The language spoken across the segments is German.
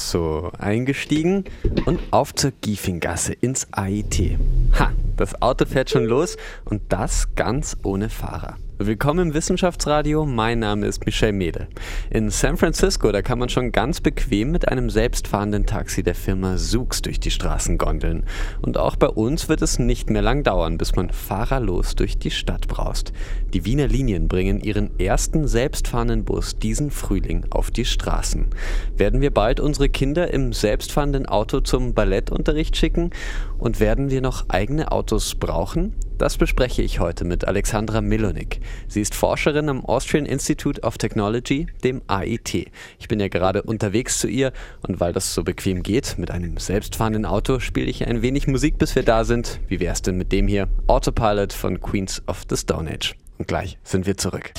So, eingestiegen und auf zur Giefinggasse ins AIT. Ha, das Auto fährt schon los und das ganz ohne Fahrer. Willkommen im Wissenschaftsradio, mein Name ist Michel Mehle. In San Francisco, da kann man schon ganz bequem mit einem selbstfahrenden Taxi der Firma Zoox durch die Straßen gondeln. Und auch bei uns wird es nicht mehr lang dauern, bis man fahrerlos durch die Stadt braust. Die Wiener Linien bringen ihren ersten selbstfahrenden Bus diesen Frühling auf die Straßen. Werden wir bald unsere Kinder im selbstfahrenden Auto zum Ballettunterricht schicken? Und werden wir noch eigene Autos brauchen? Das bespreche ich heute mit Alexandra Milonik. Sie ist Forscherin am Austrian Institute of Technology, dem AIT. Ich bin ja gerade unterwegs zu ihr und weil das so bequem geht, mit einem selbstfahrenden Auto, spiele ich ein wenig Musik, bis wir da sind. Wie wär's denn mit dem hier? Autopilot von Queens of the Stone Age. Und gleich sind wir zurück.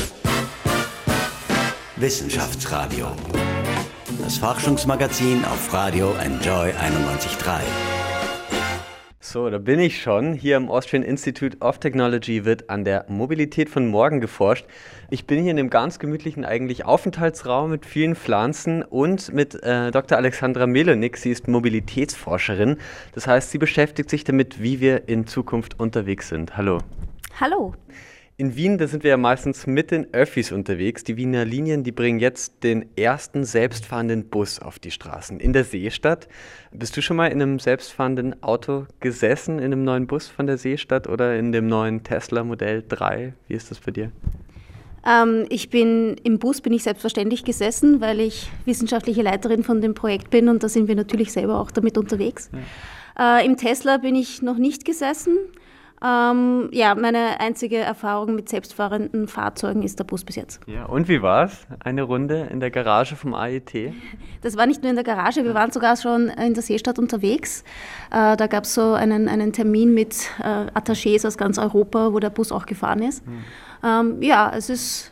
Wissenschaftsradio. Das Forschungsmagazin auf Radio Enjoy 91.3. So, da bin ich schon. Hier im Austrian Institute of Technology wird an der Mobilität von morgen geforscht. Ich bin hier in einem ganz gemütlichen eigentlich Aufenthaltsraum mit vielen Pflanzen und mit Dr. Alexandra Milonik. Sie ist Mobilitätsforscherin. Das heißt, sie beschäftigt sich damit, wie wir in Zukunft unterwegs sind. Hallo. Hallo. In Wien, da sind wir ja meistens mit den Öffis unterwegs. Die Wiener Linien, die bringen jetzt den ersten selbstfahrenden Bus auf die Straßen in der Seestadt. Bist du schon mal in einem selbstfahrenden Auto gesessen, in einem neuen Bus von der Seestadt oder in dem neuen Tesla Modell 3? Wie ist das bei dir? Im Bus bin ich selbstverständlich gesessen, weil ich wissenschaftliche Leiterin von dem Projekt bin und da sind wir natürlich selber auch damit unterwegs. Ja. Im Tesla bin ich noch nicht gesessen. Meine einzige Erfahrung mit selbstfahrenden Fahrzeugen ist der Bus bis jetzt. Ja, und wie war's? Eine Runde in der Garage vom AIT? Das war nicht nur in der Garage, wir waren sogar schon in der Seestadt unterwegs. Da gab es so einen Termin mit Attachés aus ganz Europa, wo der Bus auch gefahren ist. Es ist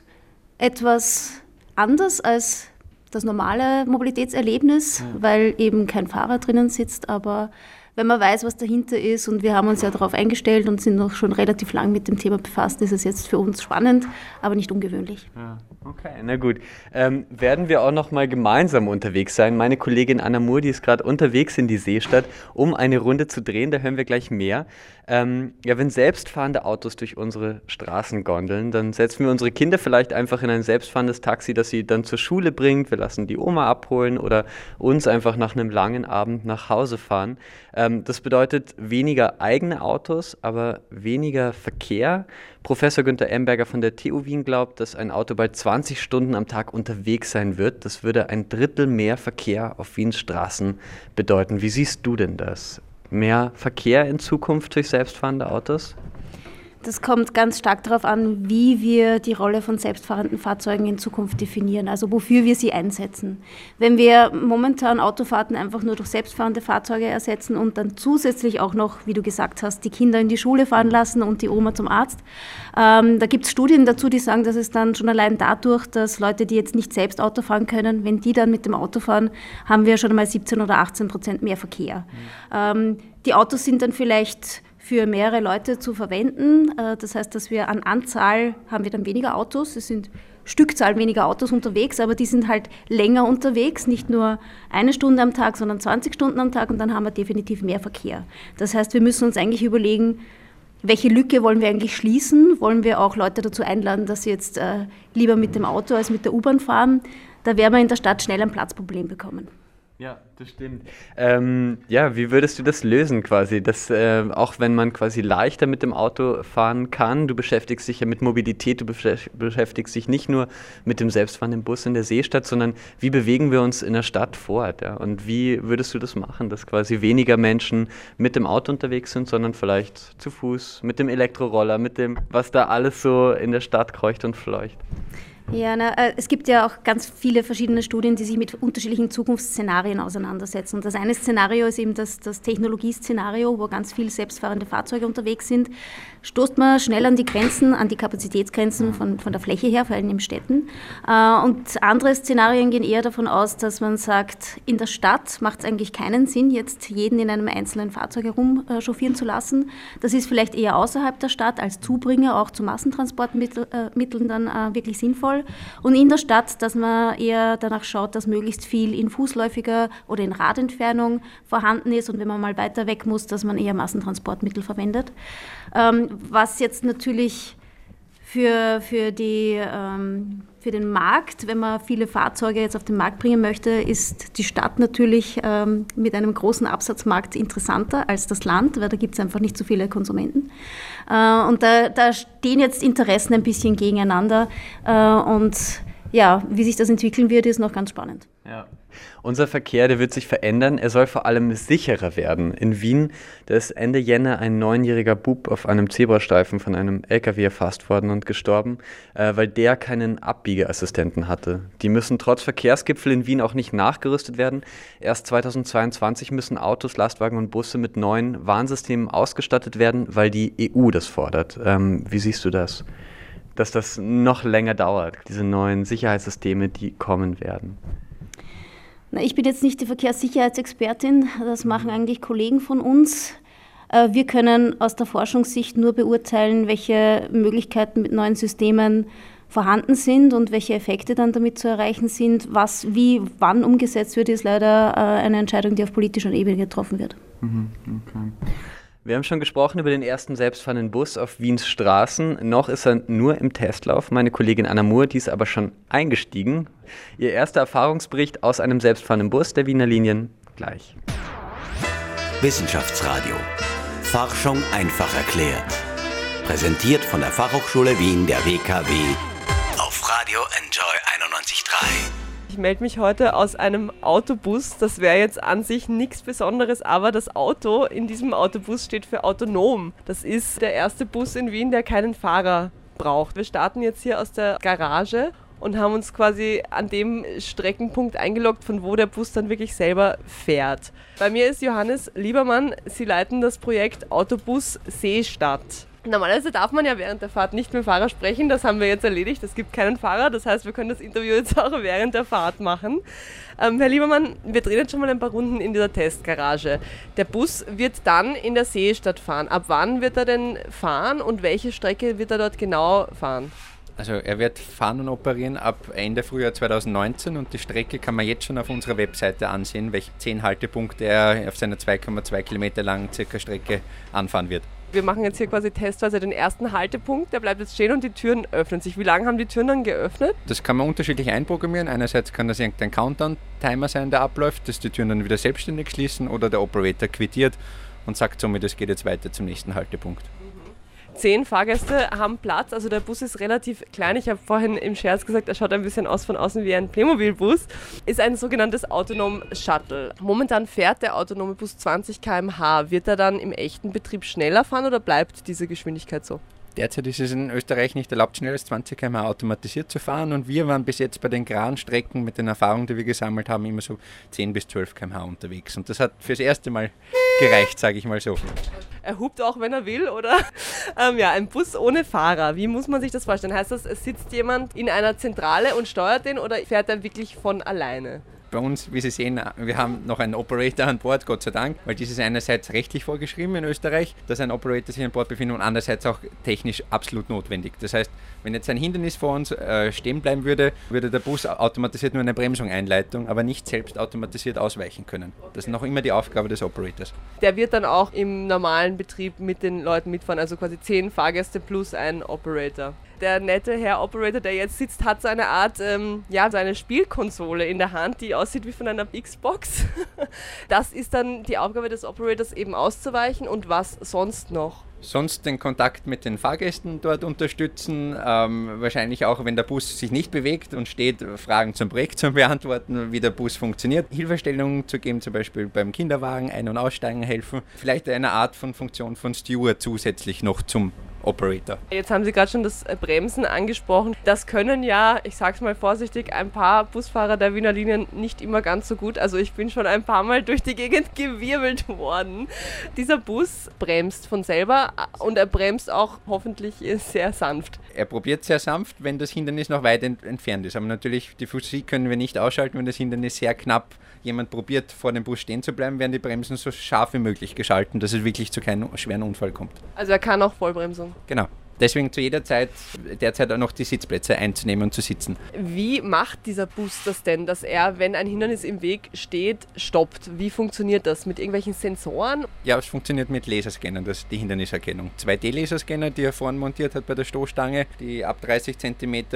etwas anders als das normale Mobilitätserlebnis, weil eben kein Fahrer drinnen sitzt, aber wenn man weiß, was dahinter ist und wir haben uns ja darauf eingestellt und sind noch schon relativ lang mit dem Thema befasst, ist es jetzt für uns spannend, aber nicht ungewöhnlich. Ja, okay, na gut. Werden wir auch noch mal gemeinsam unterwegs sein? Meine Kollegin Anna Moore, die ist gerade unterwegs in die Seestadt, um eine Runde zu drehen, da hören wir gleich mehr. Wenn selbstfahrende Autos durch unsere Straßen gondeln, dann setzen wir unsere Kinder vielleicht einfach in ein selbstfahrendes Taxi, das sie dann zur Schule bringt. Wir lassen die Oma abholen oder uns einfach nach einem langen Abend nach Hause fahren. Das bedeutet weniger eigene Autos, aber weniger Verkehr. Professor Günther Emberger von der TU Wien glaubt, dass ein Auto bald 20 Stunden am Tag unterwegs sein wird. Das würde ein Drittel mehr Verkehr auf Wiens Straßen bedeuten. Wie siehst du denn das? Mehr Verkehr in Zukunft durch selbstfahrende Autos? Das kommt ganz stark darauf an, wie wir die Rolle von selbstfahrenden Fahrzeugen in Zukunft definieren, also wofür wir sie einsetzen. Wenn wir momentan Autofahrten einfach nur durch selbstfahrende Fahrzeuge ersetzen und dann zusätzlich auch noch, wie du gesagt hast, die Kinder in die Schule fahren lassen und die Oma zum Arzt, da gibt es Studien dazu, die sagen, dass es dann schon allein dadurch, dass Leute, die jetzt nicht selbst Auto fahren können, wenn die dann mit dem Auto fahren, haben wir schon einmal 17 oder 18% mehr Verkehr. Die Autos sind dann vielleicht für mehrere Leute zu verwenden. Das heißt, dass wir an Anzahl haben wir dann weniger Autos. Es sind Stückzahl weniger Autos unterwegs, aber die sind halt länger unterwegs, nicht nur 1 Stunde am Tag, sondern 20 Stunden am Tag und dann haben wir definitiv mehr Verkehr. Das heißt, wir müssen uns eigentlich überlegen, welche Lücke wollen wir eigentlich schließen? Wollen wir auch Leute dazu einladen, dass sie jetzt lieber mit dem Auto als mit der U-Bahn fahren? Da werden wir in der Stadt schnell ein Platzproblem bekommen. Ja, das stimmt. Wie würdest du das lösen quasi? Dass, auch wenn man quasi leichter mit dem Auto fahren kann, du beschäftigst dich ja mit Mobilität, du beschäftigst dich nicht nur mit dem selbstfahrenden Bus in der Seestadt, sondern wie bewegen wir uns in der Stadt fort? Ja? Und wie würdest du das machen, dass quasi weniger Menschen mit dem Auto unterwegs sind, sondern vielleicht zu Fuß, mit dem Elektroroller, mit dem, was da alles so in der Stadt kreucht und fleucht? Ja, es gibt ja auch ganz viele verschiedene Studien, die sich mit unterschiedlichen Zukunftsszenarien auseinandersetzen. Und das eine Szenario ist eben das Technologieszenario, wo ganz viele selbstfahrende Fahrzeuge unterwegs sind. Stoßt man schnell an die Grenzen, an die Kapazitätsgrenzen von der Fläche her, vor allem in Städten. Und andere Szenarien gehen eher davon aus, dass man sagt, in der Stadt macht es eigentlich keinen Sinn, jetzt jeden in einem einzelnen Fahrzeug herumchauffieren zu lassen. Das ist vielleicht eher außerhalb der Stadt als Zubringer auch zu Massentransportmitteln dann wirklich sinnvoll. soll. Und in der Stadt, dass man eher danach schaut, dass möglichst viel in fußläufiger oder in Radentfernung vorhanden ist und wenn man mal weiter weg muss, dass man eher Massentransportmittel verwendet. Was jetzt natürlich für den Markt, wenn man viele Fahrzeuge jetzt auf den Markt bringen möchte, ist die Stadt natürlich mit einem großen Absatzmarkt interessanter als das Land, weil da gibt es einfach nicht so viele Konsumenten. Und da stehen jetzt Interessen ein bisschen gegeneinander. Und ja, wie sich das entwickeln wird, ist noch ganz spannend. Ja. Unser Verkehr, der wird sich verändern. Er soll vor allem sicherer werden. In Wien, da ist Ende Jänner ein 9-jähriger Bub auf einem Zebrastreifen von einem LKW erfasst worden und gestorben, weil der keinen Abbiegeassistenten hatte. Die müssen trotz Verkehrsgipfel in Wien auch nicht nachgerüstet werden. Erst 2022 müssen Autos, Lastwagen und Busse mit neuen Warnsystemen ausgestattet werden, weil die EU das fordert. Wie siehst du das? Dass das noch länger dauert, diese neuen Sicherheitssysteme, die kommen werden? Ich bin jetzt nicht die Verkehrssicherheitsexpertin, das machen eigentlich Kollegen von uns. Wir können aus der Forschungssicht nur beurteilen, welche Möglichkeiten mit neuen Systemen vorhanden sind und welche Effekte dann damit zu erreichen sind. Was, wie, wann umgesetzt wird, ist leider eine Entscheidung, die auf politischer Ebene getroffen wird. Okay. Wir haben schon gesprochen über den ersten selbstfahrenden Bus auf Wiens Straßen. Noch ist er nur im Testlauf. Meine Kollegin Anna Moore, die ist aber schon eingestiegen. Ihr erster Erfahrungsbericht aus einem selbstfahrenden Bus der Wiener Linien gleich. Wissenschaftsradio. Forschung einfach erklärt. Präsentiert von der Fachhochschule Wien der WKW auf Radio Enjoy 91.3. Ich melde mich heute aus einem Autobus. Das wäre jetzt an sich nichts Besonderes, aber das Auto in diesem Autobus steht für autonom. Das ist der erste Bus in Wien, der keinen Fahrer braucht. Wir starten jetzt hier aus der Garage und haben uns quasi an dem Streckenpunkt eingeloggt, von wo der Bus dann wirklich selber fährt. Bei mir ist Johannes Liebermann. Sie leiten das Projekt Autobus Seestadt. Normalerweise darf man ja während der Fahrt nicht mit dem Fahrer sprechen, das haben wir jetzt erledigt, es gibt keinen Fahrer, das heißt, wir können das Interview jetzt auch während der Fahrt machen. Herr Liebermann, wir drehen jetzt schon mal ein paar Runden in dieser Testgarage. Der Bus wird dann in der Seestadt fahren. Ab wann wird er denn fahren und welche Strecke wird er dort genau fahren? Also er wird fahren und operieren ab Ende Frühjahr 2019 und die Strecke kann man jetzt schon auf unserer Webseite ansehen, welche 10 Haltepunkte er auf seiner 2,2 Kilometer langen circa Strecke anfahren wird. Wir machen jetzt hier quasi testweise den ersten Haltepunkt, der bleibt jetzt stehen und die Türen öffnen sich. Wie lange haben die Türen dann geöffnet? Das kann man unterschiedlich einprogrammieren. Einerseits kann das irgendein Countdown-Timer sein, der abläuft, dass die Türen dann wieder selbstständig schließen oder der Operator quittiert und sagt somit, es geht jetzt weiter zum nächsten Haltepunkt. 10 Fahrgäste haben Platz, also der Bus ist relativ klein. Ich habe vorhin im Scherz gesagt, er schaut ein bisschen aus von außen wie ein Playmobil-Bus. Ist ein sogenanntes Autonom Shuttle. Momentan fährt der autonome Bus 20 km/h. Wird er dann im echten Betrieb schneller fahren oder bleibt diese Geschwindigkeit so? Derzeit ist es in Österreich nicht erlaubt, schneller als 20 km/h automatisiert zu fahren und wir waren bis jetzt bei den geraden Strecken mit den Erfahrungen, die wir gesammelt haben, immer so 10 bis 12 km/h unterwegs und das hat fürs erste Mal gereicht, sage ich mal so. Er hupt auch, wenn er will, oder? Ja, ein Bus ohne Fahrer. Wie muss man sich das vorstellen? Heißt das, es sitzt jemand in einer Zentrale und steuert den oder fährt er wirklich von alleine? Bei uns, wie Sie sehen, wir haben noch einen Operator an Bord, Gott sei Dank, weil dies ist einerseits rechtlich vorgeschrieben in Österreich, dass ein Operator sich an Bord befindet und andererseits auch technisch absolut notwendig. Das heißt, wenn jetzt ein Hindernis vor uns stehen bleiben würde, würde der Bus automatisiert nur eine Bremsung einleiten, aber nicht selbst automatisiert ausweichen können. Das ist noch immer die Aufgabe des Operators. Der wird dann auch im normalen Betrieb mit den Leuten mitfahren, also quasi 10 Fahrgäste plus ein Operator. Der nette Herr Operator, der jetzt sitzt, hat so eine Art, so eine Spielkonsole in der Hand, die aussieht wie von einer Xbox. Das ist dann die Aufgabe des Operators, eben auszuweichen und was sonst noch? Sonst den Kontakt mit den Fahrgästen dort unterstützen, wahrscheinlich auch, wenn der Bus sich nicht bewegt und steht, Fragen zum Projekt zu beantworten, wie der Bus funktioniert, Hilfestellungen zu geben, zum Beispiel beim Kinderwagen ein- und aussteigen helfen, vielleicht eine Art von Funktion von Steward zusätzlich noch zum Operator. Jetzt haben Sie gerade schon das Bremsen angesprochen. Das können ja, ich sag's mal vorsichtig, ein paar Busfahrer der Wiener Linien nicht immer ganz so gut. Also ich bin schon ein paar Mal durch die Gegend gewirbelt worden. Dieser Bus bremst von selber und er bremst auch hoffentlich sehr sanft. Er probiert sehr sanft, wenn das Hindernis noch weit entfernt ist. Aber natürlich, die Physik können wir nicht ausschalten, wenn das Hindernis sehr knapp jemand probiert, vor dem Bus stehen zu bleiben, werden die Bremsen so scharf wie möglich geschalten, dass es wirklich zu keinem schweren Unfall kommt. Also er kann auch Vollbremsung? Genau. Deswegen zu jeder Zeit derzeit auch noch die Sitzplätze einzunehmen und zu sitzen. Wie macht dieser Bus das denn, dass er, wenn ein Hindernis im Weg steht, stoppt? Wie funktioniert das? Mit irgendwelchen Sensoren? Ja, es funktioniert mit Laserscannern, das ist die Hinderniserkennung. 2D-Laserscanner, die er vorne montiert hat bei der Stoßstange, die ab 30 cm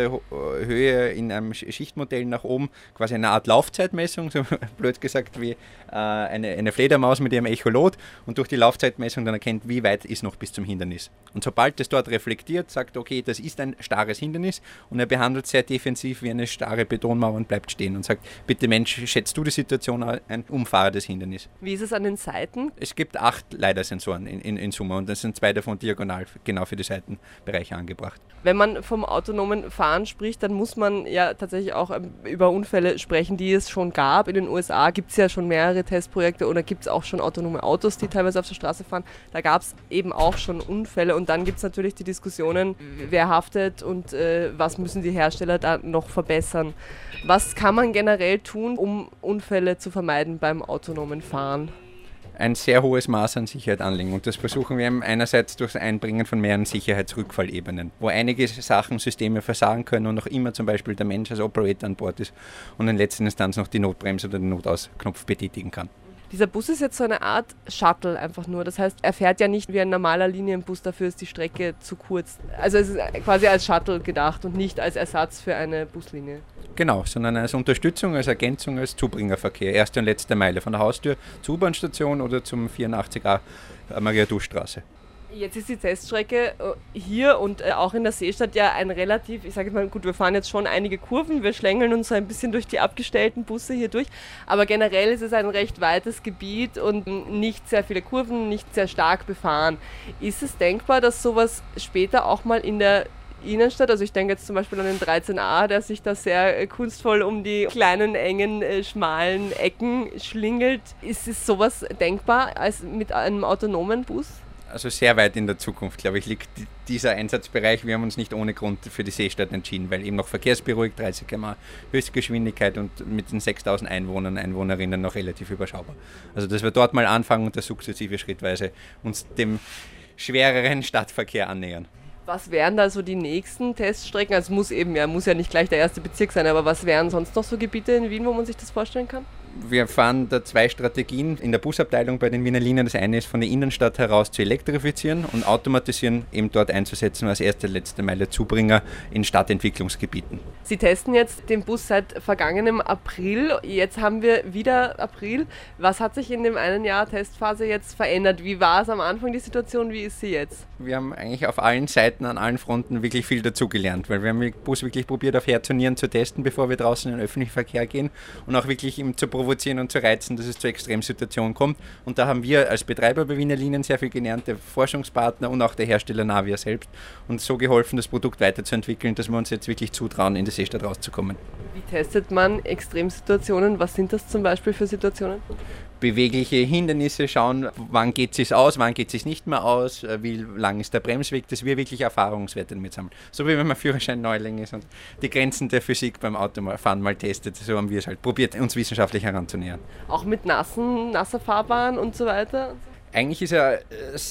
Höhe in einem Schichtmodell nach oben quasi eine Art Laufzeitmessung, so blöd gesagt wie eine Fledermaus mit ihrem Echolot, und durch die Laufzeitmessung dann erkennt, wie weit ist noch bis zum Hindernis. Und sobald es dort reflektiert, sagt, okay, das ist ein starres Hindernis, und er behandelt sehr defensiv wie eine starre Betonmauer und bleibt stehen und sagt, bitte Mensch, schätzt du die Situation ein, umfahre das Hindernis. Wie ist es an den Seiten? Es gibt 8 LiDAR-Sensoren in Summe, und das sind 2 davon diagonal genau für die Seitenbereiche angebracht. Wenn man vom autonomen Fahren spricht, dann muss man ja tatsächlich auch über Unfälle sprechen, die es schon gab. In den USA gibt es ja schon mehrere Testprojekte, oder gibt es auch schon autonome Autos, die teilweise auf der Straße fahren. Da gab es eben auch schon Unfälle, und dann gibt es natürlich die Diskussionen, wer haftet und was müssen die Hersteller da noch verbessern. Was kann man generell tun, um Unfälle zu vermeiden beim autonomen Fahren? Ein sehr hohes Maß an Sicherheit anlegen, und das versuchen wir einerseits durch das Einbringen von mehreren Sicherheitsrückfallebenen, wo einige Systeme versagen können und noch immer zum Beispiel der Mensch als Operator an Bord ist und in letzter Instanz noch die Notbremse oder den Notausknopf betätigen kann. Dieser Bus ist jetzt so eine Art Shuttle einfach nur. Das heißt, er fährt ja nicht wie ein normaler Linienbus, dafür ist die Strecke zu kurz. Also es ist quasi als Shuttle gedacht und nicht als Ersatz für eine Buslinie. Genau, sondern als Unterstützung, als Ergänzung, als Zubringerverkehr. Erste und letzte Meile von der Haustür zur U-Bahn-Station oder zum 84a Maria-Du-Straße. Jetzt ist die Teststrecke hier und auch in der Seestadt ja ein relativ, ich sage mal, gut, wir fahren jetzt schon einige Kurven, wir schlängeln uns so ein bisschen durch die abgestellten Busse hier durch, aber generell ist es ein recht weites Gebiet und nicht sehr viele Kurven, nicht sehr stark befahren. Ist es denkbar, dass sowas später auch mal in der Innenstadt, also ich denke jetzt zum Beispiel an den 13a, der sich da sehr kunstvoll um die kleinen, engen, schmalen Ecken schlingelt, ist es sowas denkbar als mit einem autonomen Bus? Also sehr weit in der Zukunft, glaube ich, liegt dieser Einsatzbereich. Wir haben uns nicht ohne Grund für die Seestadt entschieden, weil eben noch verkehrsberuhigt, 30 km/h Höchstgeschwindigkeit und mit den 6.000 Einwohnern, Einwohnerinnen noch relativ überschaubar. Also dass wir dort mal anfangen und das sukzessive schrittweise uns dem schwereren Stadtverkehr annähern. Was wären da so die nächsten Teststrecken? Also muss ja nicht gleich der erste Bezirk sein, aber was wären sonst noch so Gebiete in Wien, wo man sich das vorstellen kann? Wir fahren da 2 Strategien in der Busabteilung bei den Wiener Linien. Das eine ist, von der Innenstadt heraus zu elektrifizieren und automatisieren, eben dort einzusetzen als erste, letzte Meile Zubringer in Stadtentwicklungsgebieten. Sie testen jetzt den Bus seit vergangenem April. Jetzt haben wir wieder April. Was hat sich in dem einen Jahr Testphase jetzt verändert? Wie war es am Anfang die Situation? Wie ist sie jetzt? Wir haben eigentlich auf allen Seiten, an allen Fronten wirklich viel dazugelernt, weil wir haben den Bus wirklich probiert, auf Herz und Nieren zu testen, bevor wir draußen in den öffentlichen Verkehr gehen, und auch wirklich ihm zu provozieren und zu reizen, dass es zu Extremsituationen kommt. Und da haben wir als Betreiber bei Wiener Linien sehr viel gelernt, der Forschungspartner und auch der Hersteller Navia selbst, und so geholfen, das Produkt weiterzuentwickeln, dass wir uns jetzt wirklich zutrauen, in die Seestadt rauszukommen. Wie testet man Extremsituationen? Was sind das zum Beispiel für Situationen? Bewegliche Hindernisse, schauen, wann geht es aus, wann geht es nicht mehr aus, wie lang ist der Bremsweg, dass wir wirklich Erfahrungswerte damit sammeln. So wie wenn man Führerschein-Neuling ist und die Grenzen der Physik beim Autofahren mal testet, so haben wir es halt probiert, uns wissenschaftlich heranzunähern. Auch mit nasser Fahrbahn und so weiter? Eigentlich ist er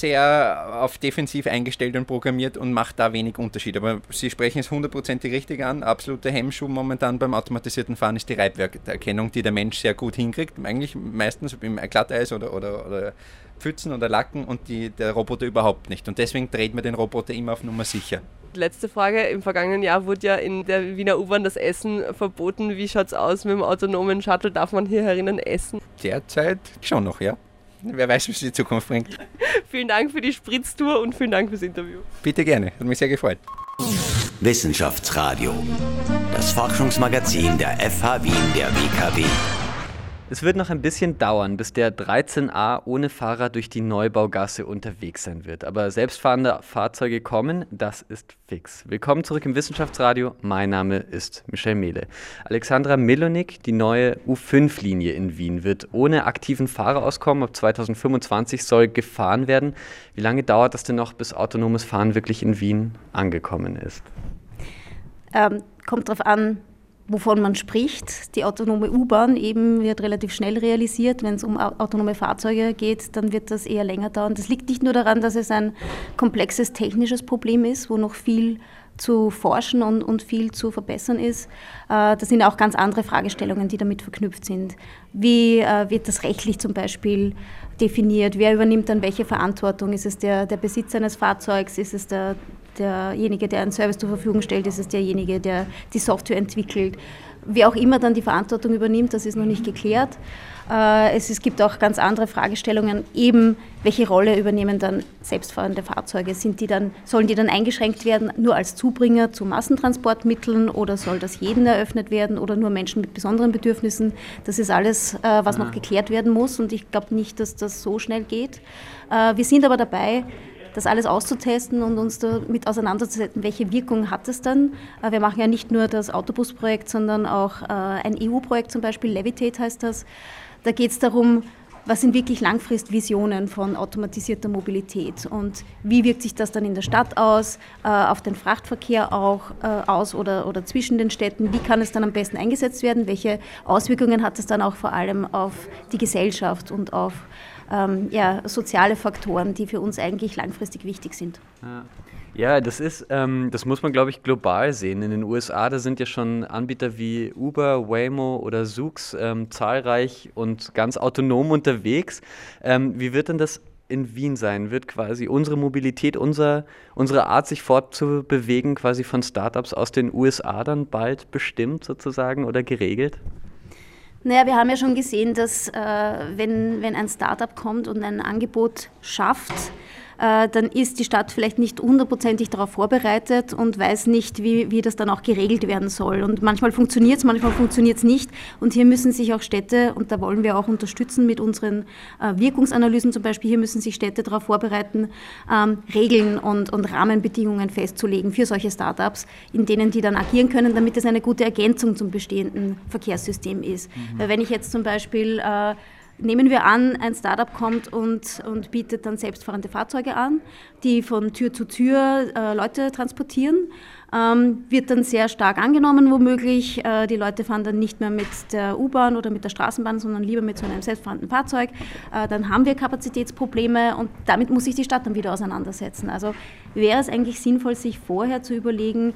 sehr auf defensiv eingestellt und programmiert und macht da wenig Unterschied. Aber Sie sprechen es 100% richtig an. Absoluter Hemmschuh momentan beim automatisierten Fahren ist die Reibwerkerkennung, die der Mensch sehr gut hinkriegt. Eigentlich meistens im Glatteis oder Pfützen oder Lacken, und der Roboter überhaupt nicht. Und deswegen dreht man den Roboter immer auf Nummer sicher. Letzte Frage. Im vergangenen Jahr wurde ja in der Wiener U-Bahn das Essen verboten. Wie schaut es aus mit dem autonomen Shuttle? Darf man hier herinnen essen? Derzeit schon noch, ja. Wer weiß, was die Zukunft bringt. Vielen Dank für die Spritztour und vielen Dank fürs Interview. Bitte gerne, hat mich sehr gefreut. Wissenschaftsradio, das Forschungsmagazin der FH Wien der WKW. Es wird noch ein bisschen dauern, bis der 13a ohne Fahrer durch die Neubaugasse unterwegs sein wird. Aber selbstfahrende Fahrzeuge kommen, das ist fix. Willkommen zurück im Wissenschaftsradio. Mein Name ist Michel Mehle. Alexandra Milonik, die neue U5-Linie in Wien, wird ohne aktiven Fahrer auskommen. Ab 2025 soll gefahren werden. Wie lange dauert das denn noch, bis autonomes Fahren wirklich in Wien angekommen ist? Kommt darauf an, wovon man spricht. Die autonome U-Bahn eben wird relativ schnell realisiert. Wenn es um autonome Fahrzeuge geht, dann wird das eher länger dauern. Das liegt nicht nur daran, dass es ein komplexes technisches Problem ist, wo noch viel zu forschen und viel zu verbessern ist. Das sind auch ganz andere Fragestellungen, die damit verknüpft sind. Wie wird das rechtlich zum Beispiel definiert? Wer übernimmt dann welche Verantwortung? Ist es der Besitzer eines Fahrzeugs? Ist es derjenige, der einen Service zur Verfügung stellt? Ist es derjenige, der die Software entwickelt? Wer auch immer dann die Verantwortung übernimmt, das ist noch nicht geklärt. Es gibt auch ganz andere Fragestellungen, eben welche Rolle übernehmen dann selbstfahrende Fahrzeuge? Sollen die dann eingeschränkt werden, nur als Zubringer zu Massentransportmitteln, oder soll das jedem eröffnet werden oder nur Menschen mit besonderen Bedürfnissen? Das ist alles, was noch geklärt werden muss, und ich glaube nicht, dass das so schnell geht. Wir sind aber dabei, das alles auszutesten und uns damit auseinanderzusetzen, welche Wirkung hat es dann. Wir machen ja nicht nur das Autobus-Projekt, sondern auch ein EU-Projekt zum Beispiel, Levitate heißt das. Da geht es darum, was sind wirklich Langfristvisionen von automatisierter Mobilität und wie wirkt sich das dann in der Stadt aus, auf den Frachtverkehr auch aus oder zwischen den Städten, wie kann es dann am besten eingesetzt werden, welche Auswirkungen hat es dann auch vor allem auf die Gesellschaft und auf soziale Faktoren, die für uns eigentlich langfristig wichtig sind. Ja, das muss man, glaube ich, global sehen. In den USA, da sind ja schon Anbieter wie Uber, Waymo oder Zoox zahlreich und ganz autonom unterwegs. Wie wird denn das in Wien sein? Wird quasi unsere Mobilität, unsere Art, sich fortzubewegen, quasi von Startups aus den USA dann bald bestimmt sozusagen oder geregelt? Naja, wir haben ja schon gesehen, dass wenn ein Startup kommt und ein Angebot schafft, dann ist die Stadt vielleicht nicht 100%ig darauf vorbereitet und weiß nicht, wie das dann auch geregelt werden soll. Und manchmal funktioniert es nicht. Und hier müssen sich auch Städte, und da wollen wir auch unterstützen mit unseren Wirkungsanalysen zum Beispiel, hier müssen sich Städte darauf vorbereiten, Regeln und Rahmenbedingungen festzulegen für solche Startups, in denen die dann agieren können, damit es eine gute Ergänzung zum bestehenden Verkehrssystem ist. Weil wenn ich jetzt zum Beispiel nehmen wir an, ein Startup kommt und bietet dann selbstfahrende Fahrzeuge an, die von Tür zu Tür Leute transportieren. Wird dann sehr stark angenommen womöglich. Die Leute fahren dann nicht mehr mit der U-Bahn oder mit der Straßenbahn, sondern lieber mit so einem selbstfahrenden Fahrzeug. Dann haben wir Kapazitätsprobleme und damit muss sich die Stadt dann wieder auseinandersetzen. Also wäre es eigentlich sinnvoll, sich vorher zu überlegen,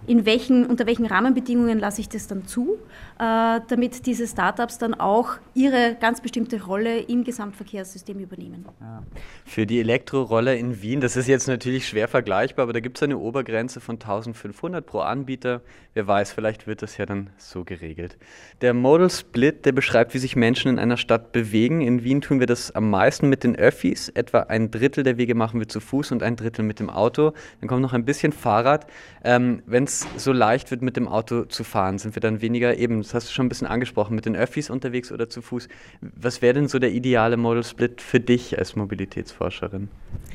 unter welchen Rahmenbedingungen lasse ich das dann zu, damit diese Startups dann auch ihre ganz bestimmte Rolle im Gesamtverkehrssystem übernehmen. Ja. Für die Elektroroller in Wien, das ist jetzt natürlich schwer vergleichbar, aber da gibt es eine Obergrenze von 1.500 pro Anbieter. Wer weiß, vielleicht wird das ja dann so geregelt. Der Modal Split, der beschreibt, wie sich Menschen in einer Stadt bewegen. In Wien tun wir das am meisten mit den Öffis. Etwa 1/3 der Wege machen wir zu Fuß und 1/3 mit dem Auto. Dann kommt noch ein bisschen Fahrrad. Wenn es so leicht wird, mit dem Auto zu fahren, sind wir dann weniger, eben, das hast du schon ein bisschen angesprochen, mit den Öffis unterwegs oder zu Fuß. Was wäre denn so der ideale Modal Split für dich als Mobilitätsforscherin?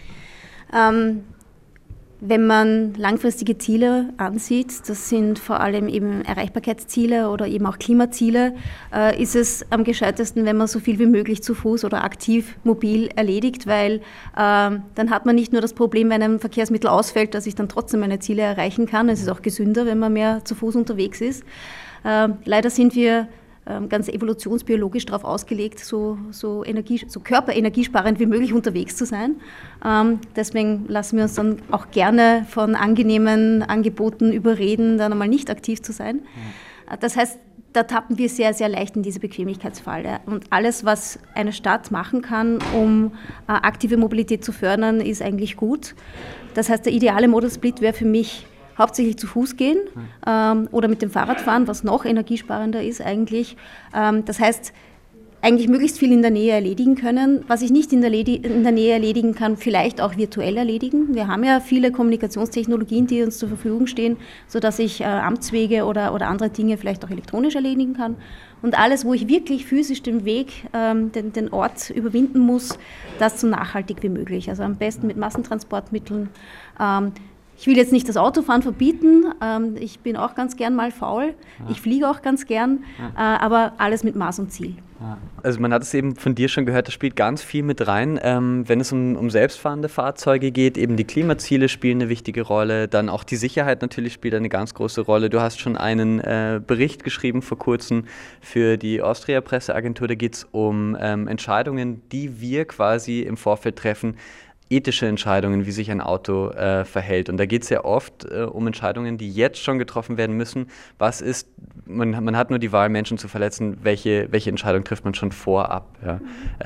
Wenn man langfristige Ziele ansieht, das sind vor allem eben Erreichbarkeitsziele oder eben auch Klimaziele, ist es am gescheitesten, wenn man so viel wie möglich zu Fuß oder aktiv mobil erledigt, weil dann hat man nicht nur das Problem, wenn ein Verkehrsmittel ausfällt, dass ich dann trotzdem meine Ziele erreichen kann. Es ist auch gesünder, wenn man mehr zu Fuß unterwegs ist. Leider sind wir ganz evolutionsbiologisch darauf ausgelegt, so körperenergiesparend wie möglich unterwegs zu sein. Deswegen lassen wir uns dann auch gerne von angenehmen Angeboten überreden, dann einmal nicht aktiv zu sein. Das heißt, da tappen wir sehr, sehr leicht in diese Bequemlichkeitsfalle. Und alles, was eine Stadt machen kann, um aktive Mobilität zu fördern, ist eigentlich gut. Das heißt, der ideale Modal Split wäre für mich hauptsächlich zu Fuß gehen oder mit dem Fahrrad fahren, was noch energiesparender ist eigentlich. Das heißt, eigentlich möglichst viel in der Nähe erledigen können. Was ich nicht in der Nähe erledigen kann, vielleicht auch virtuell erledigen. Wir haben ja viele Kommunikationstechnologien, die uns zur Verfügung stehen, sodass ich Amtswege oder andere Dinge vielleicht auch elektronisch erledigen kann. Und alles, wo ich wirklich physisch den Weg, den Ort überwinden muss, das so nachhaltig wie möglich. Also am besten mit Massentransportmitteln. Ich will jetzt nicht das Autofahren verbieten, ich bin auch ganz gern mal faul, ich fliege auch ganz gern, aber alles mit Maß und Ziel. Also man hat es eben von dir schon gehört, das spielt ganz viel mit rein, wenn es um selbstfahrende Fahrzeuge geht, eben die Klimaziele spielen eine wichtige Rolle, dann auch die Sicherheit natürlich spielt eine ganz große Rolle. Du hast schon einen Bericht geschrieben vor kurzem für die Austria Presseagentur, da geht es um Entscheidungen, die wir quasi im Vorfeld treffen, ethische Entscheidungen, wie sich ein Auto verhält. Und da geht es ja oft um Entscheidungen, die jetzt schon getroffen werden müssen. Was ist, man hat nur die Wahl, Menschen zu verletzen, welche Entscheidung trifft man schon vorab? Ja?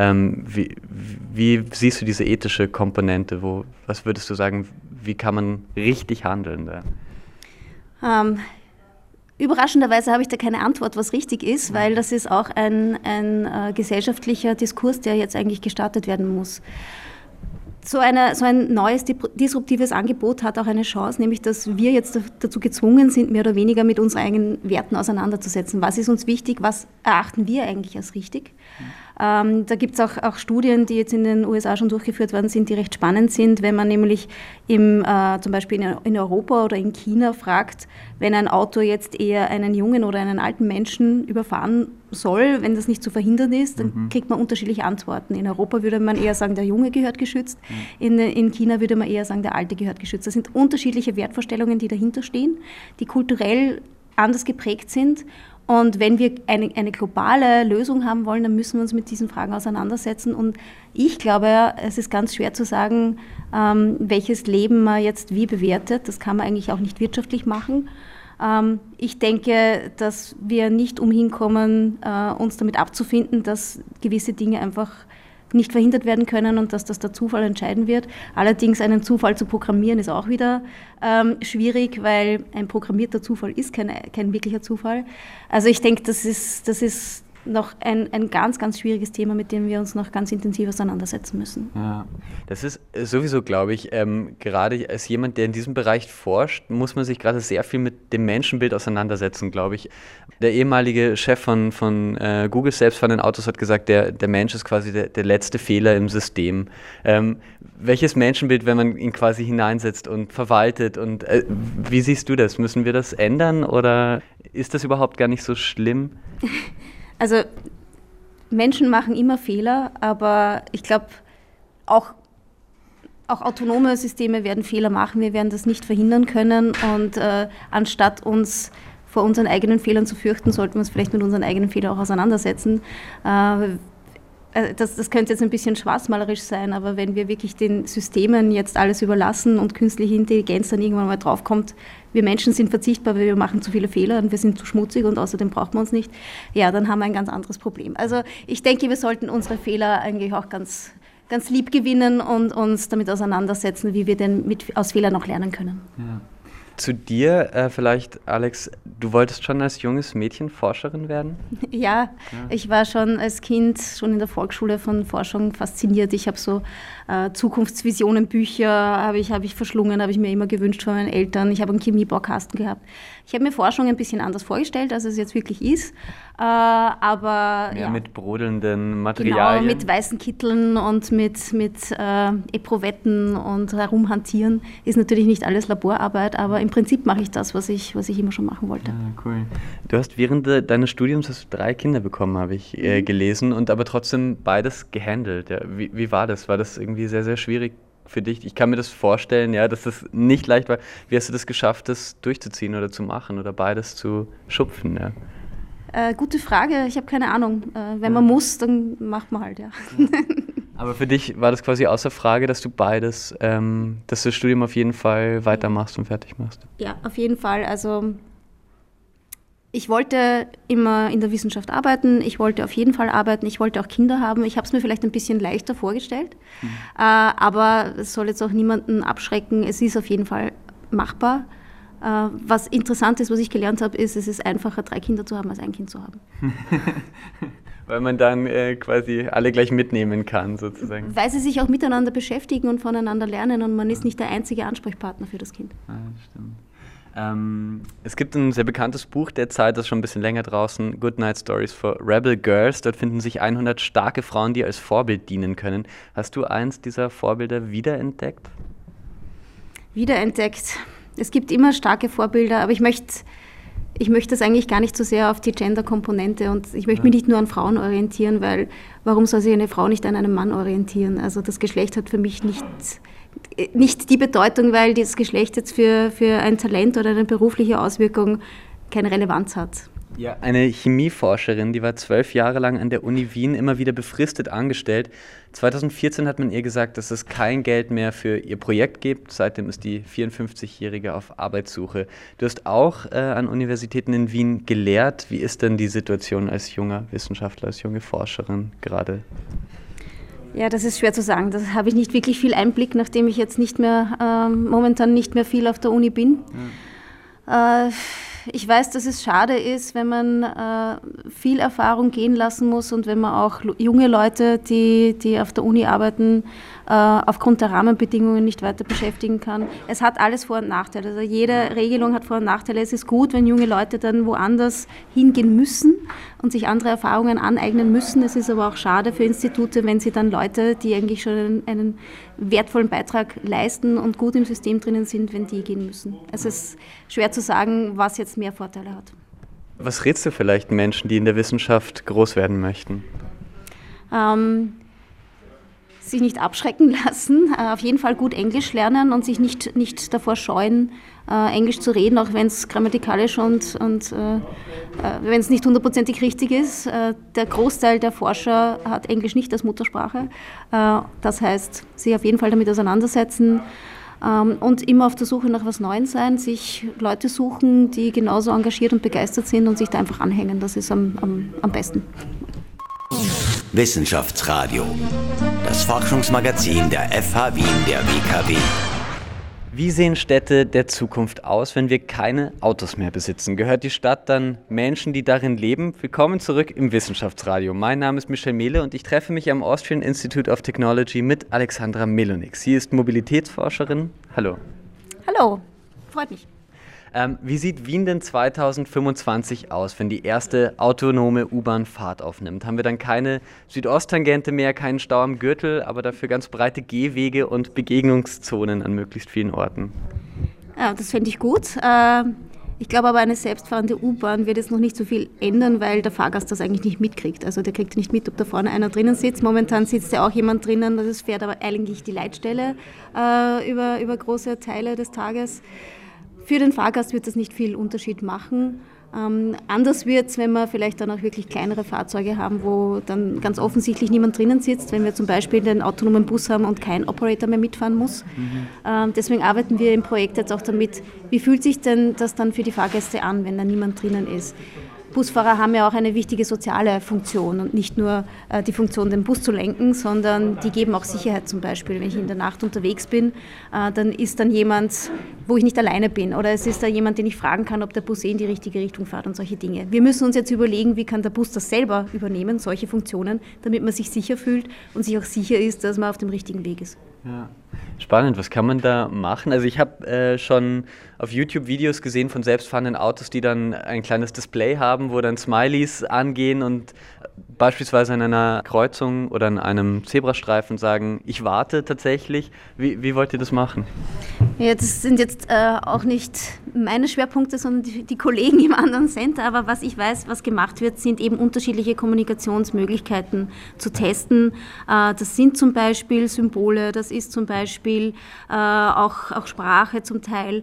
Wie siehst du diese ethische Komponente? Was würdest du sagen, wie kann man richtig handeln da? Überraschenderweise habe ich da keine Antwort, was richtig ist, weil das ist auch ein gesellschaftlicher Diskurs, der jetzt eigentlich gestartet werden muss. So ein neues disruptives Angebot hat auch eine Chance, nämlich dass wir jetzt dazu gezwungen sind, mehr oder weniger mit unseren eigenen Werten auseinanderzusetzen. Was ist uns wichtig? Was erachten wir eigentlich als richtig? Da gibt es auch Studien, die jetzt in den USA schon durchgeführt worden sind, die recht spannend sind, wenn man nämlich zum Beispiel in Europa oder in China fragt, wenn ein Auto jetzt eher einen jungen oder einen alten Menschen überfahren soll, wenn das nicht zu verhindern ist, dann kriegt man unterschiedliche Antworten. In Europa würde man eher sagen, der Junge gehört geschützt, in China würde man eher sagen, der Alte gehört geschützt. Das sind unterschiedliche Wertvorstellungen, die dahinter stehen, die kulturell anders geprägt sind. Und wenn wir eine globale Lösung haben wollen, dann müssen wir uns mit diesen Fragen auseinandersetzen. Und ich glaube, es ist ganz schwer zu sagen, welches Leben man jetzt wie bewertet. Das kann man eigentlich auch nicht wirtschaftlich machen. Ich denke, dass wir nicht umhin kommen, uns damit abzufinden, dass gewisse Dinge einfach nicht verhindert werden können und dass das der Zufall entscheiden wird. Allerdings einen Zufall zu programmieren ist auch wieder schwierig, weil ein programmierter Zufall ist kein wirklicher Zufall. Also ich denke, das ist noch ein ganz, ganz schwieriges Thema, mit dem wir uns noch ganz intensiv auseinandersetzen müssen. Ja. Das ist sowieso, glaube ich, gerade als jemand, der in diesem Bereich forscht, muss man sich gerade sehr viel mit dem Menschenbild auseinandersetzen, glaube ich. Der ehemalige Chef von Google selbstfahrenden Autos hat gesagt, der Mensch ist quasi der letzte Fehler im System. Welches Menschenbild, wenn man ihn quasi hineinsetzt und verwaltet? Und wie siehst du das? Müssen wir das ändern oder ist das überhaupt gar nicht so schlimm? Also Menschen machen immer Fehler, aber ich glaube, auch autonome Systeme werden Fehler machen. Wir werden das nicht verhindern können und anstatt uns vor unseren eigenen Fehlern zu fürchten, sollten wir uns vielleicht mit unseren eigenen Fehlern auch auseinandersetzen. Das könnte jetzt ein bisschen schwarzmalerisch sein, aber wenn wir wirklich den Systemen jetzt alles überlassen und künstliche Intelligenz dann irgendwann mal draufkommt, wir Menschen sind verzichtbar, weil wir machen zu viele Fehler und wir sind zu schmutzig und außerdem braucht man uns nicht, ja, dann haben wir ein ganz anderes Problem. Also ich denke, wir sollten unsere Fehler eigentlich auch ganz, ganz lieb gewinnen und uns damit auseinandersetzen, wie wir denn aus Fehlern noch lernen können. Ja. Zu dir vielleicht, Alex, du wolltest schon als junges Mädchen Forscherin werden? Ja, ich war schon als Kind, schon in der Volksschule von Forschung fasziniert. Ich habe so Zukunftsvisionen, Bücher habe ich verschlungen, habe ich mir immer gewünscht von meinen Eltern. Ich habe einen Chemiebaukasten gehabt. Ich habe mir Forschung ein bisschen anders vorgestellt, als es jetzt wirklich ist. Aber ja, mit brodelnden Materialien. Genau, mit weißen Kitteln und mit Eprouvetten und herumhantieren ist natürlich nicht alles Laborarbeit, aber im Prinzip mache ich das, was ich immer schon machen wollte. Ja, cool. Du hast während deines Studiums 3 Kinder bekommen, habe ich gelesen, und aber trotzdem beides gehandelt. Ja. Wie war das? War das irgendwie sehr, sehr schwierig für dich? Ich kann mir das vorstellen, ja, dass das nicht leicht war. Wie hast du das geschafft, das durchzuziehen oder zu machen oder beides zu schupfen? Ja? Gute Frage, ich habe keine Ahnung. Wenn man muss, dann macht man halt, ja. Aber für dich war das quasi außer Frage, dass du beides, dass du das Studium auf jeden Fall weitermachst und fertig machst? Ja, auf jeden Fall. Also ich wollte immer in der Wissenschaft arbeiten, ich wollte auf jeden Fall arbeiten, ich wollte auch Kinder haben. Ich habe es mir vielleicht ein bisschen leichter vorgestellt, aber es soll jetzt auch niemanden abschrecken. Es ist auf jeden Fall machbar. Was interessant ist, was ich gelernt habe, ist, es ist einfacher, 3 Kinder zu haben, als ein Kind zu haben. Weil man dann quasi alle gleich mitnehmen kann, sozusagen. Weil sie sich auch miteinander beschäftigen und voneinander lernen und man ist nicht der einzige Ansprechpartner für das Kind. Ja, das stimmt. Es gibt ein sehr bekanntes Buch der Zeit, das ist schon ein bisschen länger draußen, Good Night Stories for Rebel Girls. Dort finden sich 100 starke Frauen, die als Vorbild dienen können. Hast du eins dieser Vorbilder wiederentdeckt? wiederentdeckt. Es gibt immer starke Vorbilder, aber ich möchte das eigentlich gar nicht so sehr auf die Gender-Komponente und ich möchte mich nicht nur an Frauen orientieren, weil warum soll sich eine Frau nicht an einem Mann orientieren? Also das Geschlecht hat für mich nicht die Bedeutung, weil das Geschlecht jetzt für ein Talent oder eine berufliche Auswirkung keine Relevanz hat. Ja, eine Chemieforscherin, die war 12 Jahre lang an der Uni Wien immer wieder befristet angestellt. 2014 hat man ihr gesagt, dass es kein Geld mehr für ihr Projekt gibt. Seitdem ist die 54-Jährige auf Arbeitssuche. Du hast auch an Universitäten in Wien gelehrt. Wie ist denn die Situation als junger Wissenschaftler, als junge Forscherin gerade? Ja, das ist schwer zu sagen. Da habe ich nicht wirklich viel Einblick, nachdem ich jetzt momentan nicht mehr viel auf der Uni bin. Ja. Ich weiß, dass es schade ist, wenn man viel Erfahrung gehen lassen muss und wenn man auch junge Leute, die auf der Uni arbeiten, aufgrund der Rahmenbedingungen nicht weiter beschäftigen kann. Es hat alles Vor- und Nachteile. Also jede Regelung hat Vor- und Nachteile. Es ist gut, wenn junge Leute dann woanders hingehen müssen und sich andere Erfahrungen aneignen müssen. Es ist aber auch schade für Institute, wenn sie dann Leute, die eigentlich schon einen wertvollen Beitrag leisten und gut im System drinnen sind, wenn die gehen müssen. Es ist schwer zu sagen, was jetzt mehr Vorteile hat. Was rätst du vielleicht Menschen, die in der Wissenschaft groß werden möchten? Sich nicht abschrecken lassen, auf jeden Fall gut Englisch lernen und sich nicht davor scheuen, Englisch zu reden, auch wenn es grammatikalisch und wenn es nicht hundertprozentig richtig ist. Der Großteil der Forscher hat Englisch nicht als Muttersprache. Das heißt, sich auf jeden Fall damit auseinandersetzen und immer auf der Suche nach was Neuem sein, sich Leute suchen, die genauso engagiert und begeistert sind und sich da einfach anhängen. Das ist am besten. Wissenschaftsradio, das Forschungsmagazin der FH Wien der WKW. Wie sehen Städte der Zukunft aus, wenn wir keine Autos mehr besitzen? Gehört die Stadt dann Menschen, die darin leben? Willkommen zurück im Wissenschaftsradio. Mein Name ist Michel Mehle und ich treffe mich am Austrian Institute of Technology mit Alexandra Melonik. Sie ist Mobilitätsforscherin. Hallo. Hallo, freut mich. Wie sieht Wien denn 2025 aus, wenn die erste autonome U-Bahn Fahrt aufnimmt? Haben wir dann keine Südosttangente mehr, keinen Stau am Gürtel, aber dafür ganz breite Gehwege und Begegnungszonen an möglichst vielen Orten? Ja, das fände ich gut. Ich glaube aber, eine selbstfahrende U-Bahn wird jetzt noch nicht so viel ändern, weil der Fahrgast das eigentlich nicht mitkriegt. Also der kriegt nicht mit, ob da vorne einer drinnen sitzt. Momentan sitzt ja auch jemand drinnen, das fährt aber eigentlich die Leitstelle über große Teile des Tages. Für den Fahrgast wird das nicht viel Unterschied machen. Anders wird es, wenn wir vielleicht dann auch wirklich kleinere Fahrzeuge haben, wo dann ganz offensichtlich niemand drinnen sitzt, wenn wir zum Beispiel den autonomen Bus haben und kein Operator mehr mitfahren muss. Deswegen arbeiten wir im Projekt jetzt auch damit, wie fühlt sich denn das dann für die Fahrgäste an, wenn da niemand drinnen ist. Busfahrer haben ja auch eine wichtige soziale Funktion und nicht nur die Funktion, den Bus zu lenken, sondern die geben auch Sicherheit zum Beispiel. Wenn ich in der Nacht unterwegs bin, dann ist dann jemand, wo ich nicht alleine bin oder es ist da jemand, den ich fragen kann, ob der Bus in die richtige Richtung fährt und solche Dinge. Wir müssen uns jetzt überlegen, wie kann der Bus das selber übernehmen, solche Funktionen, damit man sich sicher fühlt und sich auch sicher ist, dass man auf dem richtigen Weg ist. Ja. Spannend, was kann man da machen? Also ich habe schon auf YouTube Videos gesehen von selbstfahrenden Autos, die dann ein kleines Display haben, wo dann Smileys angehen und beispielsweise an einer Kreuzung oder an einem Zebrastreifen sagen, ich warte tatsächlich. Wie wollt ihr das machen? Ja, das sind jetzt auch nicht meine Schwerpunkte, sondern die Kollegen im anderen Center. Aber was ich weiß, was gemacht wird, sind eben unterschiedliche Kommunikationsmöglichkeiten zu testen. Das sind zum Beispiel Symbole, das ist zum Beispiel auch Sprache zum Teil.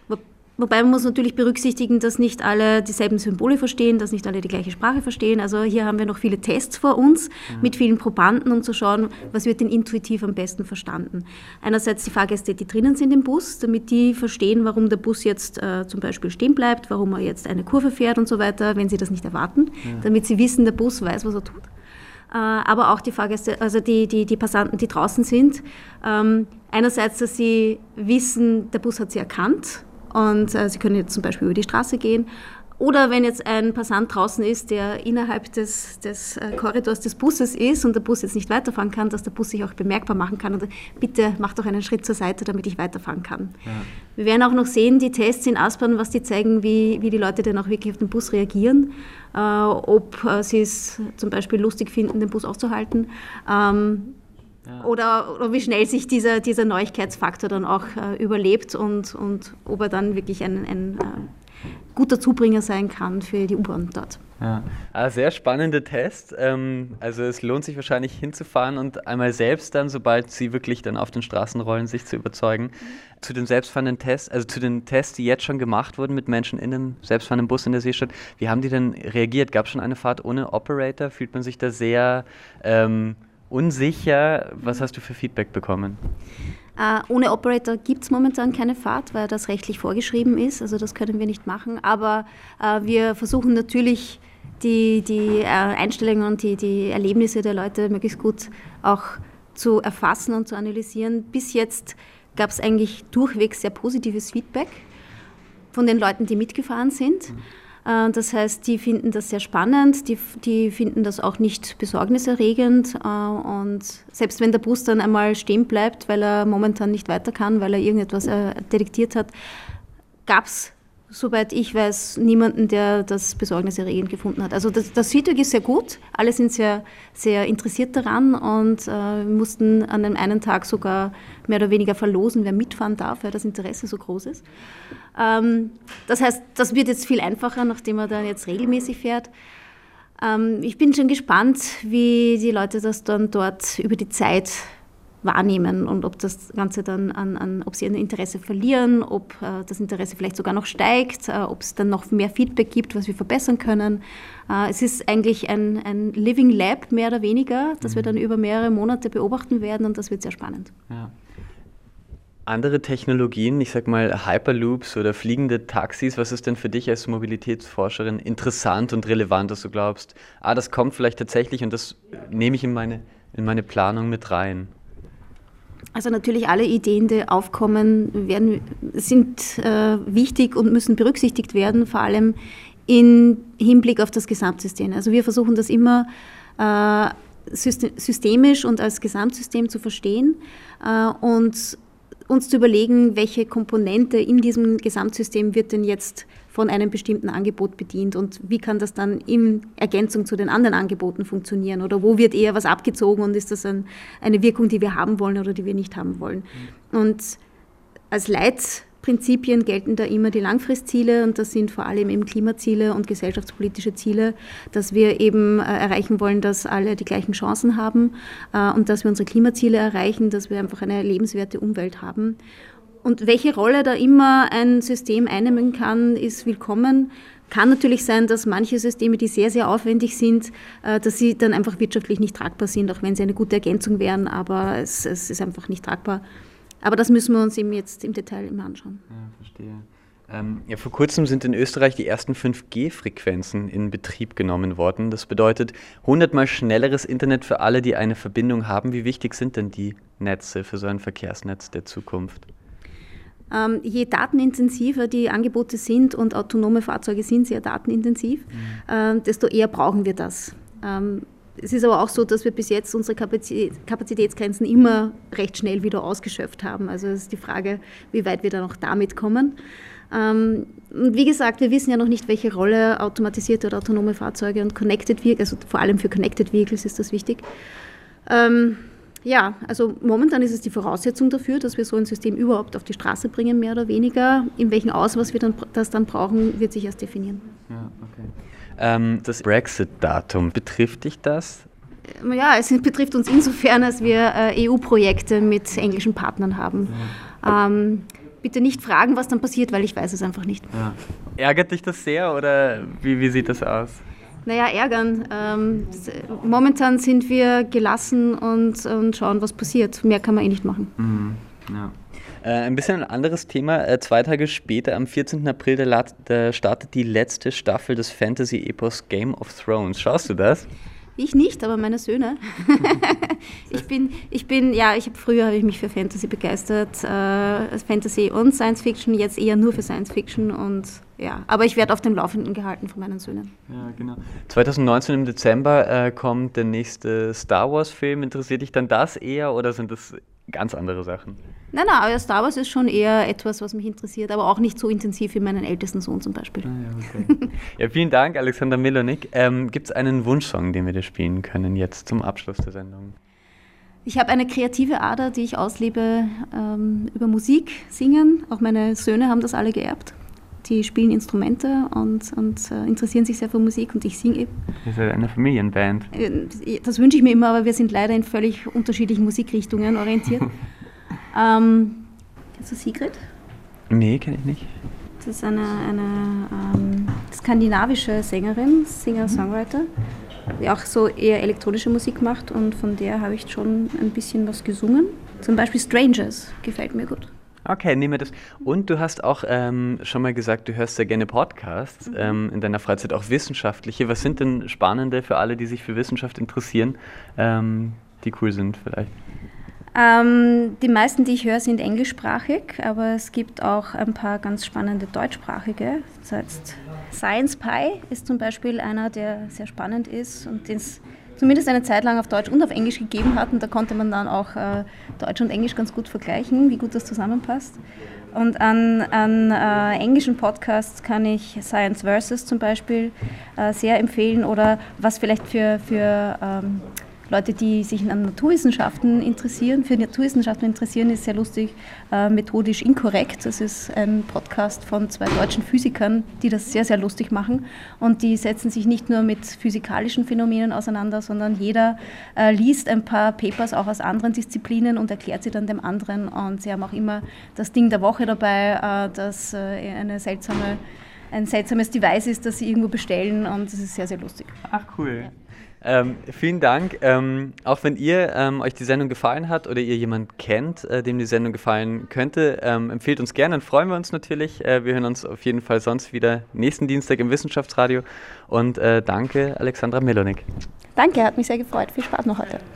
Wobei man muss natürlich berücksichtigen, dass nicht alle dieselben Symbole verstehen, dass nicht alle die gleiche Sprache verstehen. Also hier haben wir noch viele Tests vor uns mit vielen Probanden, um zu schauen, was wird denn intuitiv am besten verstanden. Einerseits die Fahrgäste, die drinnen sind im Bus, damit die verstehen, warum der Bus jetzt zum Beispiel stehen bleibt, warum er jetzt eine Kurve fährt und so weiter, wenn sie das nicht erwarten, damit sie wissen, der Bus weiß, was er tut. Aber auch die Fahrgäste, also die Passanten, die draußen sind. Einerseits, dass sie wissen, der Bus hat sie erkannt und sie können jetzt zum Beispiel über die Straße gehen. Oder wenn jetzt ein Passant draußen ist, der innerhalb des Korridors des Busses ist und der Bus jetzt nicht weiterfahren kann, dass der Bus sich auch bemerkbar machen kann. Und bitte mach doch einen Schritt zur Seite, damit ich weiterfahren kann. Ja. Wir werden auch noch sehen, die Tests in Aspern, was die zeigen, wie die Leute dann auch wirklich auf den Bus reagieren. Ob sie es zum Beispiel lustig finden, den Bus aufzuhalten. Ja. Oder wie schnell sich dieser Neuigkeitsfaktor dann auch überlebt und ob er dann wirklich ein guter Zubringer sein kann für die U-Bahn dort. Ja. Sehr spannender Test. Also es lohnt sich wahrscheinlich hinzufahren und einmal selbst dann, sobald sie wirklich dann auf den Straßen rollen, sich zu überzeugen. Zu den selbstfahrenden Tests, also zu den Tests, die jetzt schon gemacht wurden mit Menschen in einem selbstfahrenden Bus in der Seestadt, wie haben die denn reagiert? Gab es schon eine Fahrt ohne Operator? Fühlt man sich da sehr unsicher? Was hast du für Feedback bekommen? Ohne Operator gibt es momentan keine Fahrt, weil das rechtlich vorgeschrieben ist. Also das können wir nicht machen. Aber wir versuchen natürlich die Einstellungen und die Erlebnisse der Leute möglichst gut auch zu erfassen und zu analysieren. Bis jetzt gab es eigentlich durchwegs sehr positives Feedback von den Leuten, die mitgefahren sind. Das heißt, die finden das sehr spannend, die finden das auch nicht besorgniserregend. Und selbst wenn der Bus dann einmal stehen bleibt, weil er momentan nicht weiter kann, weil er irgendetwas detektiert hat, gab es, soweit ich weiß, niemanden, der das besorgniserregend gefunden hat. Also das Feedback ist sehr gut, alle sind sehr, sehr interessiert daran und mussten an dem einen Tag sogar mehr oder weniger verlosen, wer mitfahren darf, weil das Interesse so groß ist. Das heißt, das wird jetzt viel einfacher, nachdem er dann jetzt regelmäßig fährt. Ich bin schon gespannt, wie die Leute das dann dort über die Zeit wahrnehmen und ob das Ganze dann ob sie ein Interesse verlieren, ob das Interesse vielleicht sogar noch steigt, ob es dann noch mehr Feedback gibt, was wir verbessern können. Es ist eigentlich ein Living Lab, mehr oder weniger, das wir dann über mehrere Monate beobachten werden und das wird sehr spannend. Ja. Andere Technologien, ich sag mal Hyperloops oder fliegende Taxis, was ist denn für dich als Mobilitätsforscherin interessant und relevant, dass du glaubst, das kommt vielleicht tatsächlich und das nehme ich in meine Planung mit rein? Also natürlich alle Ideen, die aufkommen, sind wichtig und müssen berücksichtigt werden, vor allem im Hinblick auf das Gesamtsystem. Also wir versuchen das immer systemisch und als Gesamtsystem zu verstehen und uns zu überlegen, welche Komponente in diesem Gesamtsystem wird denn jetzt von einem bestimmten Angebot bedient und wie kann das dann in Ergänzung zu den anderen Angeboten funktionieren oder wo wird eher was abgezogen und ist das eine Wirkung, die wir haben wollen oder die wir nicht haben wollen. Und als Leitprinzipien gelten da immer die Langfristziele und das sind vor allem eben Klimaziele und gesellschaftspolitische Ziele, dass wir eben erreichen wollen, dass alle die gleichen Chancen haben und dass wir unsere Klimaziele erreichen, dass wir einfach eine lebenswerte Umwelt haben. Und welche Rolle da immer ein System einnehmen kann, ist willkommen. Kann natürlich sein, dass manche Systeme, die sehr, sehr aufwendig sind, dass sie dann einfach wirtschaftlich nicht tragbar sind, auch wenn sie eine gute Ergänzung wären, aber es ist einfach nicht tragbar. Aber das müssen wir uns eben jetzt im Detail immer anschauen. Ja, verstehe. Vor kurzem sind in Österreich die ersten 5G-Frequenzen in Betrieb genommen worden. Das bedeutet 100-mal schnelleres Internet für alle, die eine Verbindung haben. Wie wichtig sind denn die Netze für so ein Verkehrsnetz der Zukunft? Je datenintensiver die Angebote sind und autonome Fahrzeuge sind sehr datenintensiv, desto eher brauchen wir das. Es ist aber auch so, dass wir bis jetzt unsere Kapazitätsgrenzen immer recht schnell wieder ausgeschöpft haben. Also es ist die Frage, wie weit wir da noch damit kommen. Und wie gesagt, wir wissen ja noch nicht, welche Rolle automatisierte oder autonome Fahrzeuge und Connected Vehicles, also vor allem für Connected Vehicles ist das wichtig. Ja, also momentan ist es die Voraussetzung dafür, dass wir so ein System überhaupt auf die Straße bringen, mehr oder weniger. In welchem Ausmaß wir das dann brauchen, wird sich erst definieren. Ja, okay. Das Brexit-Datum, betrifft dich das? Ja, es betrifft uns insofern, als wir EU-Projekte mit englischen Partnern haben. Bitte nicht fragen, was dann passiert, weil ich weiß es einfach nicht. Ja. Ärgert dich das sehr oder wie sieht das aus? Naja, ärgern. Momentan sind wir gelassen und schauen, was passiert. Mehr kann man nicht machen. Mhm. Ja. Ein bisschen ein anderes Thema. 2 Tage später, am 14. April, da startet die letzte Staffel des Fantasy-Epos Game of Thrones. Schaust du das? Ich nicht, aber meine Söhne. Früher habe ich mich für Fantasy begeistert, Fantasy und Science Fiction, jetzt eher nur für Science Fiction und ja, aber ich werde auf dem Laufenden gehalten von meinen Söhnen. Ja, genau. 2019 im Dezember kommt der nächste Star Wars Film. Interessiert dich dann das eher oder sind das ganz andere Sachen? Nein, aber Star Wars ist schon eher etwas, was mich interessiert, aber auch nicht so intensiv wie meinen ältesten Sohn zum Beispiel. Okay. Ja, vielen Dank, Alexander Milonik. Gibt es einen Wunschsong, den wir dir spielen können jetzt zum Abschluss der Sendung? Ich habe eine kreative Ader, die ich auslebe über Musik, Singen. Auch meine Söhne haben das alle geerbt. Die spielen Instrumente und interessieren sich sehr für Musik und ich singe eben. Ihr seid eine Familienband. Das wünsche ich mir immer, aber wir sind leider in völlig unterschiedlichen Musikrichtungen orientiert. Kennst du Sigrid? Nee, kenne ich nicht. Das ist eine skandinavische Sängerin, Singer-Songwriter, die auch so eher elektronische Musik macht und von der habe ich schon ein bisschen was gesungen. Zum Beispiel Strangers gefällt mir gut. Okay, nehmen wir das. Und du hast auch schon mal gesagt, du hörst sehr gerne Podcasts in deiner Freizeit, auch wissenschaftliche. Was sind denn spannende für alle, die sich für Wissenschaft interessieren, die cool sind vielleicht? Die meisten, die ich höre, sind englischsprachig, aber es gibt auch ein paar ganz spannende deutschsprachige. Das heißt, Science Pie ist zum Beispiel einer, der sehr spannend ist und den es zumindest eine Zeit lang auf Deutsch und auf Englisch gegeben hat. Und da konnte man dann auch Deutsch und Englisch ganz gut vergleichen, wie gut das zusammenpasst. Und an englischen Podcasts kann ich Science Versus zum Beispiel sehr empfehlen oder was vielleicht für Leute, die sich an Naturwissenschaften interessieren, ist sehr lustig, methodisch inkorrekt. Das ist ein Podcast von 2 deutschen Physikern, die das sehr, sehr lustig machen. Und die setzen sich nicht nur mit physikalischen Phänomenen auseinander, sondern jeder liest ein paar Papers auch aus anderen Disziplinen und erklärt sie dann dem anderen. Und sie haben auch immer das Ding der Woche dabei, das ein seltsames Device ist, das sie irgendwo bestellen. Und das ist sehr, sehr lustig. Ach, cool. Ja. Vielen Dank. Auch wenn ihr euch die Sendung gefallen hat oder ihr jemanden kennt, dem die Sendung gefallen könnte, empfehlt uns gerne, dann freuen wir uns natürlich. Wir hören uns auf jeden Fall sonst wieder nächsten Dienstag im Wissenschaftsradio. Und danke, Alexandra Melonik. Danke, hat mich sehr gefreut. Viel Spaß noch heute.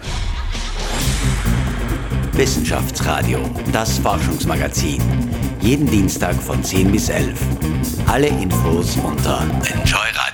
Wissenschaftsradio, das Forschungsmagazin. Jeden Dienstag von 10 bis 11. Alle Infos unter enjoyradio.at.